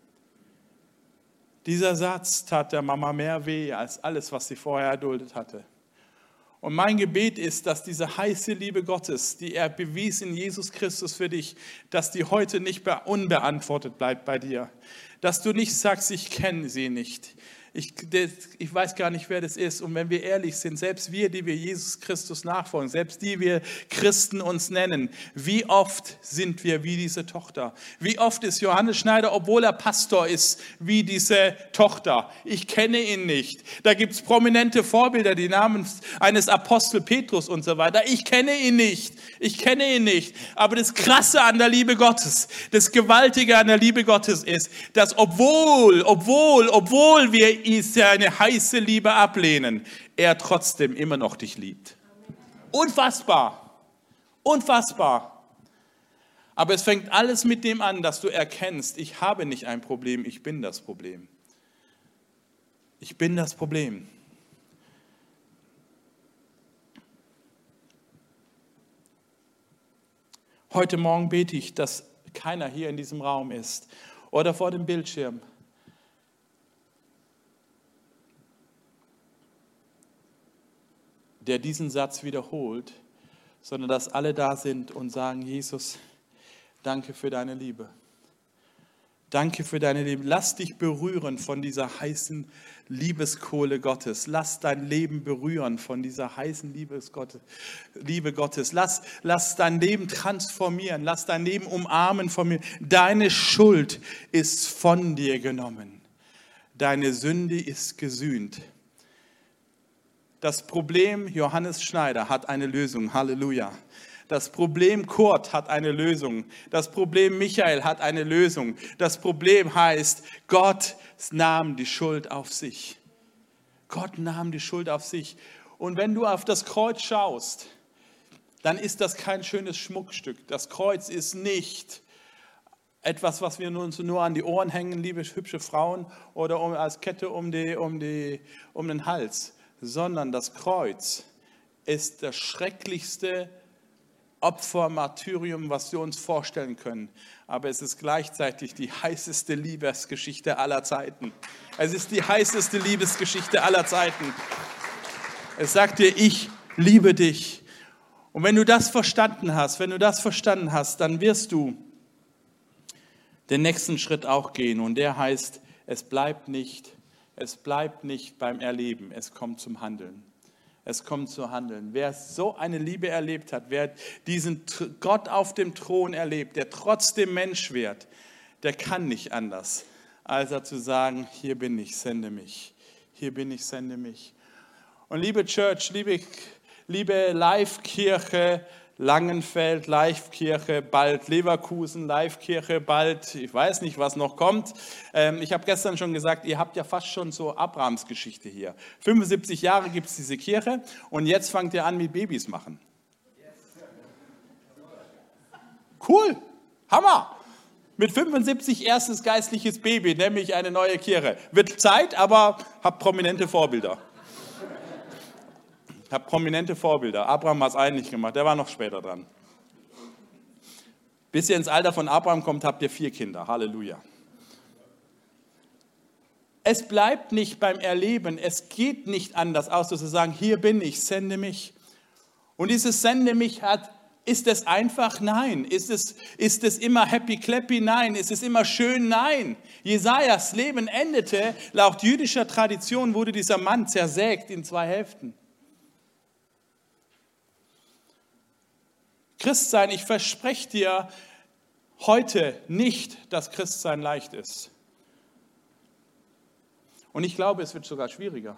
Dieser Satz tat der Mama mehr weh als alles, was sie vorher erduldet hatte. Und mein Gebet ist, dass diese heiße Liebe Gottes, die er bewies in Jesus Christus für dich, dass die heute nicht unbeantwortet bleibt bei dir. Dass du nicht sagst, ich kenne sie nicht. Ich, ich weiß gar nicht, wer das ist. Und wenn wir ehrlich sind, selbst wir, die wir Jesus Christus nachfolgen, selbst die wir Christen uns nennen, wie oft sind wir wie diese Tochter? Wie oft ist Johannes Schneider, obwohl er Pastor ist, wie diese Tochter? Ich kenne ihn nicht. Da gibt es prominente Vorbilder, die Namen eines Apostel Petrus und so weiter. Ich kenne ihn nicht. Ich kenne ihn nicht. Aber das Krasse an der Liebe Gottes, das Gewaltige an der Liebe Gottes ist, dass obwohl, obwohl, obwohl wir seine heiße Liebe ablehnen, er trotzdem immer noch dich liebt. Unfassbar. Unfassbar. Aber es fängt alles mit dem an, dass du erkennst, ich habe nicht ein Problem, ich bin das Problem. Ich bin das Problem. Heute Morgen bete ich, dass keiner hier in diesem Raum ist oder vor dem Bildschirm, der diesen Satz wiederholt, sondern dass alle da sind und sagen, Jesus, danke für deine Liebe. Danke für deine Liebe. Lass dich berühren von dieser heißen Liebeskohle Gottes. Lass dein Leben berühren von dieser heißen Liebe Gottes. Lass, lass dein Leben transformieren. Lass dein Leben umarmen von mir. Deine Schuld ist von dir genommen. Deine Sünde ist gesühnt. Das Problem Johannes Schneider hat eine Lösung. Halleluja. Das Problem Kurt hat eine Lösung. Das Problem Michael hat eine Lösung. Das Problem heißt, Gott nahm die Schuld auf sich. Gott nahm die Schuld auf sich. Und wenn du auf das Kreuz schaust, dann ist das kein schönes Schmuckstück. Das Kreuz ist nicht etwas, was wir uns nur an die Ohren hängen, liebe hübsche Frauen, oder um, als Kette um, die, um, die, um den Hals. Sondern das Kreuz ist das schrecklichste Opfer, Martyrium, was wir uns vorstellen können. Aber es ist gleichzeitig die heißeste Liebesgeschichte aller Zeiten. Es ist die heißeste Liebesgeschichte aller Zeiten. Es sagt dir, ich liebe dich. Und wenn du das verstanden hast, wenn du das verstanden hast, dann wirst du den nächsten Schritt auch gehen. Und der heißt, es bleibt nicht Es bleibt nicht beim Erleben, es kommt zum Handeln. Es kommt zum Handeln. Wer so eine Liebe erlebt hat, wer diesen Gott auf dem Thron erlebt, der trotzdem Mensch wird, der kann nicht anders, als er zu sagen, hier bin ich, sende mich. Hier bin ich, sende mich. Und liebe Church, liebe, liebe Live-Kirche, Langenfeld, Live-Kirche, bald Leverkusen, Live-Kirche, bald, ich weiß nicht, was noch kommt. Ähm, ich habe gestern schon gesagt, ihr habt ja fast schon so Abrahams Geschichte hier. fünfundsiebzig Jahre gibt es diese Kirche und jetzt fangt ihr an mit Babys machen. Cool, Hammer. Mit fünfundsiebzig erstes geistliches Baby, nämlich eine neue Kirche. Wird Zeit, aber hab prominente Vorbilder. Hab prominente Vorbilder. Abraham hat es eigentlich gemacht, der war noch später dran. Bis ihr ins Alter von Abraham kommt, habt ihr vier Kinder. Halleluja. Es bleibt nicht beim Erleben, es geht nicht anders aus, dass zu sagen, hier bin ich, sende mich. Und dieses Sende mich hat, ist es einfach? Nein. Ist es, ist es immer happy clappy? Nein. Ist es immer schön? Nein. Jesajas Leben endete, laut jüdischer Tradition wurde dieser Mann zersägt in zwei Hälften. Christsein, ich verspreche dir heute nicht, dass Christsein leicht ist. Und ich glaube, es wird sogar schwieriger.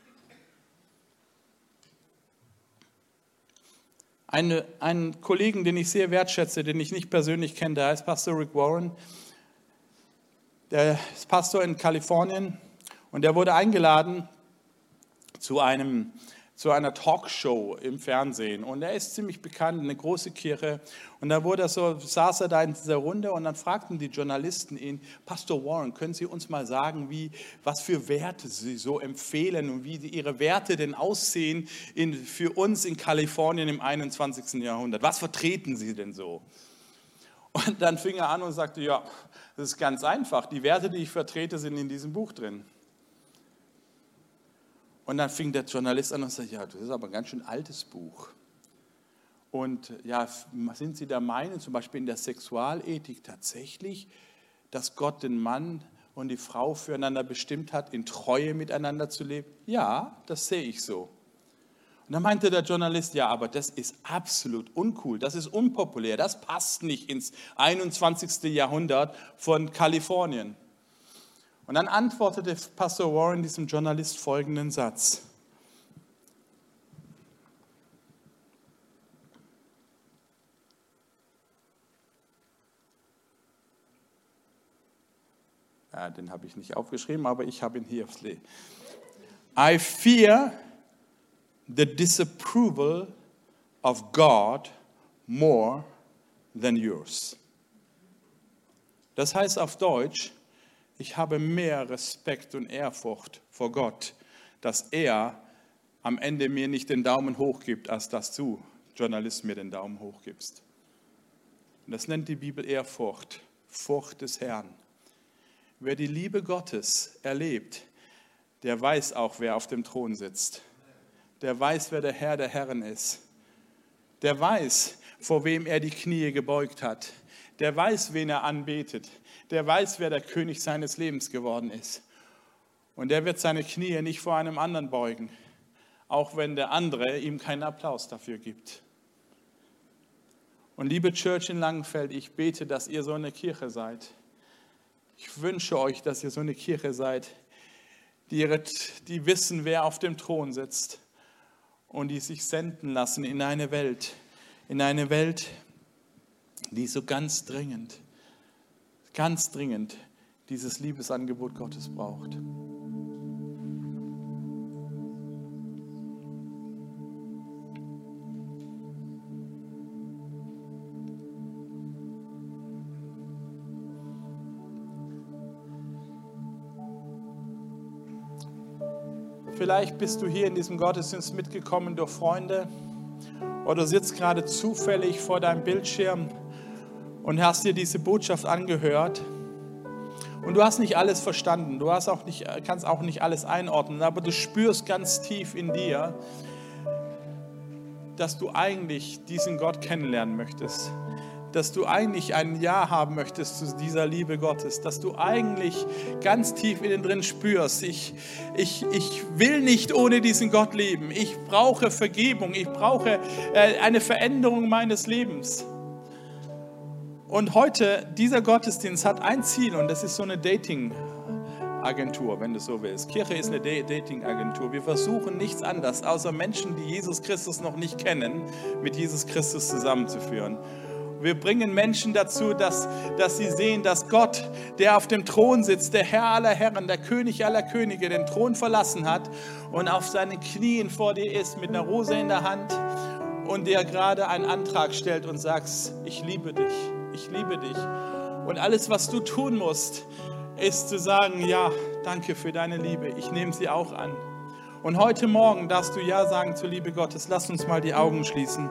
Eine, einen Kollegen, den ich sehr wertschätze, den ich nicht persönlich kenne, der heißt Pastor Rick Warren. Der ist Pastor in Kalifornien und der wurde eingeladen zu, einem, zu einer Talkshow im Fernsehen. Und er ist ziemlich bekannt, eine große Kirche. Und da wurde er so, saß er da in dieser Runde und dann fragten die Journalisten ihn, Pastor Warren, können Sie uns mal sagen, wie, was für Werte Sie so empfehlen und wie Ihre Werte denn aussehen in, für uns in Kalifornien im einundzwanzigsten Jahrhundert? Was vertreten Sie denn so? Und dann fing er an und sagte, ja, das ist ganz einfach. Die Werte, die ich vertrete, sind in diesem Buch drin. Und dann fing der Journalist an und sagte, ja, das ist aber ein ganz schön altes Buch. Und ja, sind Sie der Meinung, zum Beispiel in der Sexualethik tatsächlich, dass Gott den Mann und die Frau füreinander bestimmt hat, in Treue miteinander zu leben? Ja, das sehe ich so. Und dann meinte der Journalist, ja, aber das ist absolut uncool, das ist unpopulär, das passt nicht ins einundzwanzigsten Jahrhundert von Kalifornien. Und dann antwortete Pastor Warren diesem Journalist folgenden Satz. Ja, den habe ich nicht aufgeschrieben, aber ich habe ihn hier. I fear the disapproval of God more than yours. Das heißt auf Deutsch, ich habe mehr Respekt und Ehrfurcht vor Gott, dass er am Ende mir nicht den Daumen hoch gibt, als dass du, Journalist, mir den Daumen hoch gibst. Und das nennt die Bibel Ehrfurcht, Furcht des Herrn. Wer die Liebe Gottes erlebt, der weiß auch, wer auf dem Thron sitzt. Der weiß, wer der Herr der Herren ist. Der weiß, vor wem er die Knie gebeugt hat. Der weiß, wen er anbetet. Der weiß, wer der König seines Lebens geworden ist. Und der wird seine Knie nicht vor einem anderen beugen, auch wenn der andere ihm keinen Applaus dafür gibt. Und liebe Church in Langenfeld, ich bete, dass ihr so eine Kirche seid. Ich wünsche euch, dass ihr so eine Kirche seid, die, die wissen, wer auf dem Thron sitzt und die sich senden lassen in eine Welt, in eine Welt, die so ganz dringend, ganz dringend dieses Liebesangebot Gottes braucht. Vielleicht bist du hier in diesem Gottesdienst mitgekommen durch Freunde oder sitzt gerade zufällig vor deinem Bildschirm und hast dir diese Botschaft angehört und du hast nicht alles verstanden, du hast auch nicht, kannst auch nicht alles einordnen, aber du spürst ganz tief in dir, dass du eigentlich diesen Gott kennenlernen möchtest, dass du eigentlich ein Ja haben möchtest zu dieser Liebe Gottes, dass du eigentlich ganz tief innen drin spürst, ich, ich, ich will nicht ohne diesen Gott leben, ich brauche Vergebung, ich brauche eine Veränderung meines Lebens. Und heute, dieser Gottesdienst hat ein Ziel und das ist so eine Dating-Agentur, wenn du so willst. Kirche ist eine Dating-Agentur. Wir versuchen nichts anderes, außer Menschen, die Jesus Christus noch nicht kennen, mit Jesus Christus zusammenzuführen. Wir bringen Menschen dazu, dass, dass sie sehen, dass Gott, der auf dem Thron sitzt, der Herr aller Herren, der König aller Könige, den Thron verlassen hat und auf seinen Knien vor dir ist mit einer Rose in der Hand und dir gerade einen Antrag stellt und sagst, ich liebe dich, ich liebe dich. Und alles, was du tun musst, ist zu sagen, ja, danke für deine Liebe, ich nehme sie auch an. Und heute Morgen darfst du Ja sagen zur Liebe Gottes. Lass uns mal die Augen schließen.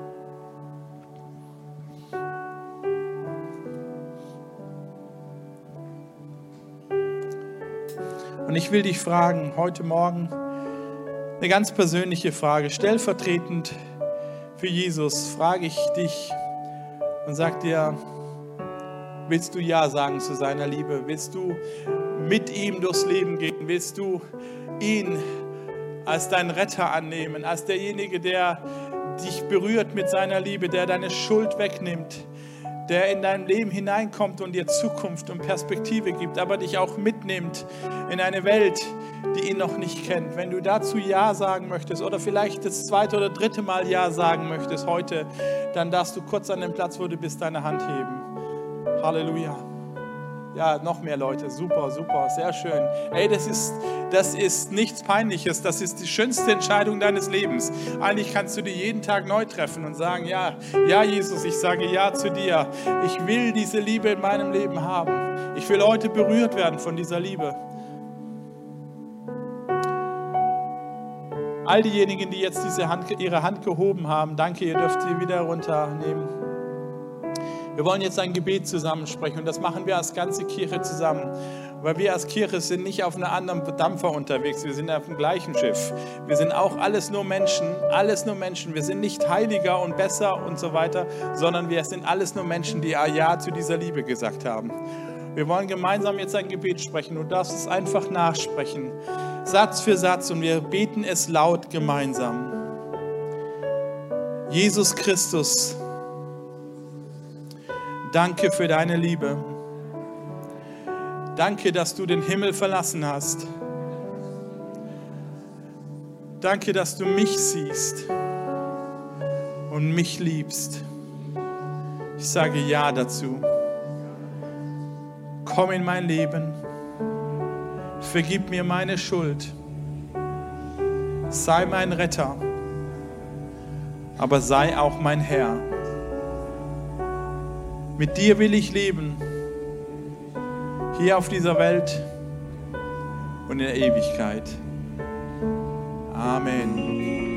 Und ich will dich fragen, heute Morgen, eine ganz persönliche Frage, stellvertretend für Jesus, frage ich dich und sag dir, willst du Ja sagen zu seiner Liebe? Willst du mit ihm durchs Leben gehen? Willst du ihn als deinen Retter annehmen, als derjenige, der dich berührt mit seiner Liebe, der deine Schuld wegnimmt, der in dein Leben hineinkommt und dir Zukunft und Perspektive gibt, aber dich auch mitnimmt in eine Welt, die ihn noch nicht kennt. Wenn du dazu Ja sagen möchtest oder vielleicht das zweite oder dritte Mal Ja sagen möchtest heute, dann darfst du kurz an dem Platz, wo du bist, deine Hand heben. Halleluja. Ja, noch mehr Leute. Super, super, sehr schön. Ey, das ist, das ist nichts Peinliches. Das ist die schönste Entscheidung deines Lebens. Eigentlich kannst du dir jeden Tag neu treffen und sagen, ja, ja, Jesus, ich sage Ja zu dir. Ich will diese Liebe in meinem Leben haben. Ich will heute berührt werden von dieser Liebe. All diejenigen, die jetzt diese Hand, ihre Hand gehoben haben, danke, ihr dürft sie wieder runternehmen. Wir wollen jetzt ein Gebet zusammensprechen und das machen wir als ganze Kirche zusammen, weil wir als Kirche sind nicht auf einem anderen Dampfer unterwegs, wir sind auf dem gleichen Schiff. Wir sind auch alles nur Menschen, alles nur Menschen. Wir sind nicht heiliger und besser und so weiter, sondern wir sind alles nur Menschen, die Ja zu dieser Liebe gesagt haben. Wir wollen gemeinsam jetzt ein Gebet sprechen. Du darfst es einfach nachsprechen, Satz für Satz, und wir beten es laut gemeinsam. Jesus Christus, danke für deine Liebe. Danke, dass du den Himmel verlassen hast. Danke, dass du mich siehst und mich liebst. Ich sage Ja dazu. Komm in mein Leben. Vergib mir meine Schuld. Sei mein Retter, aber sei auch mein Herr. Mit dir will ich leben, hier auf dieser Welt und in der Ewigkeit. Amen.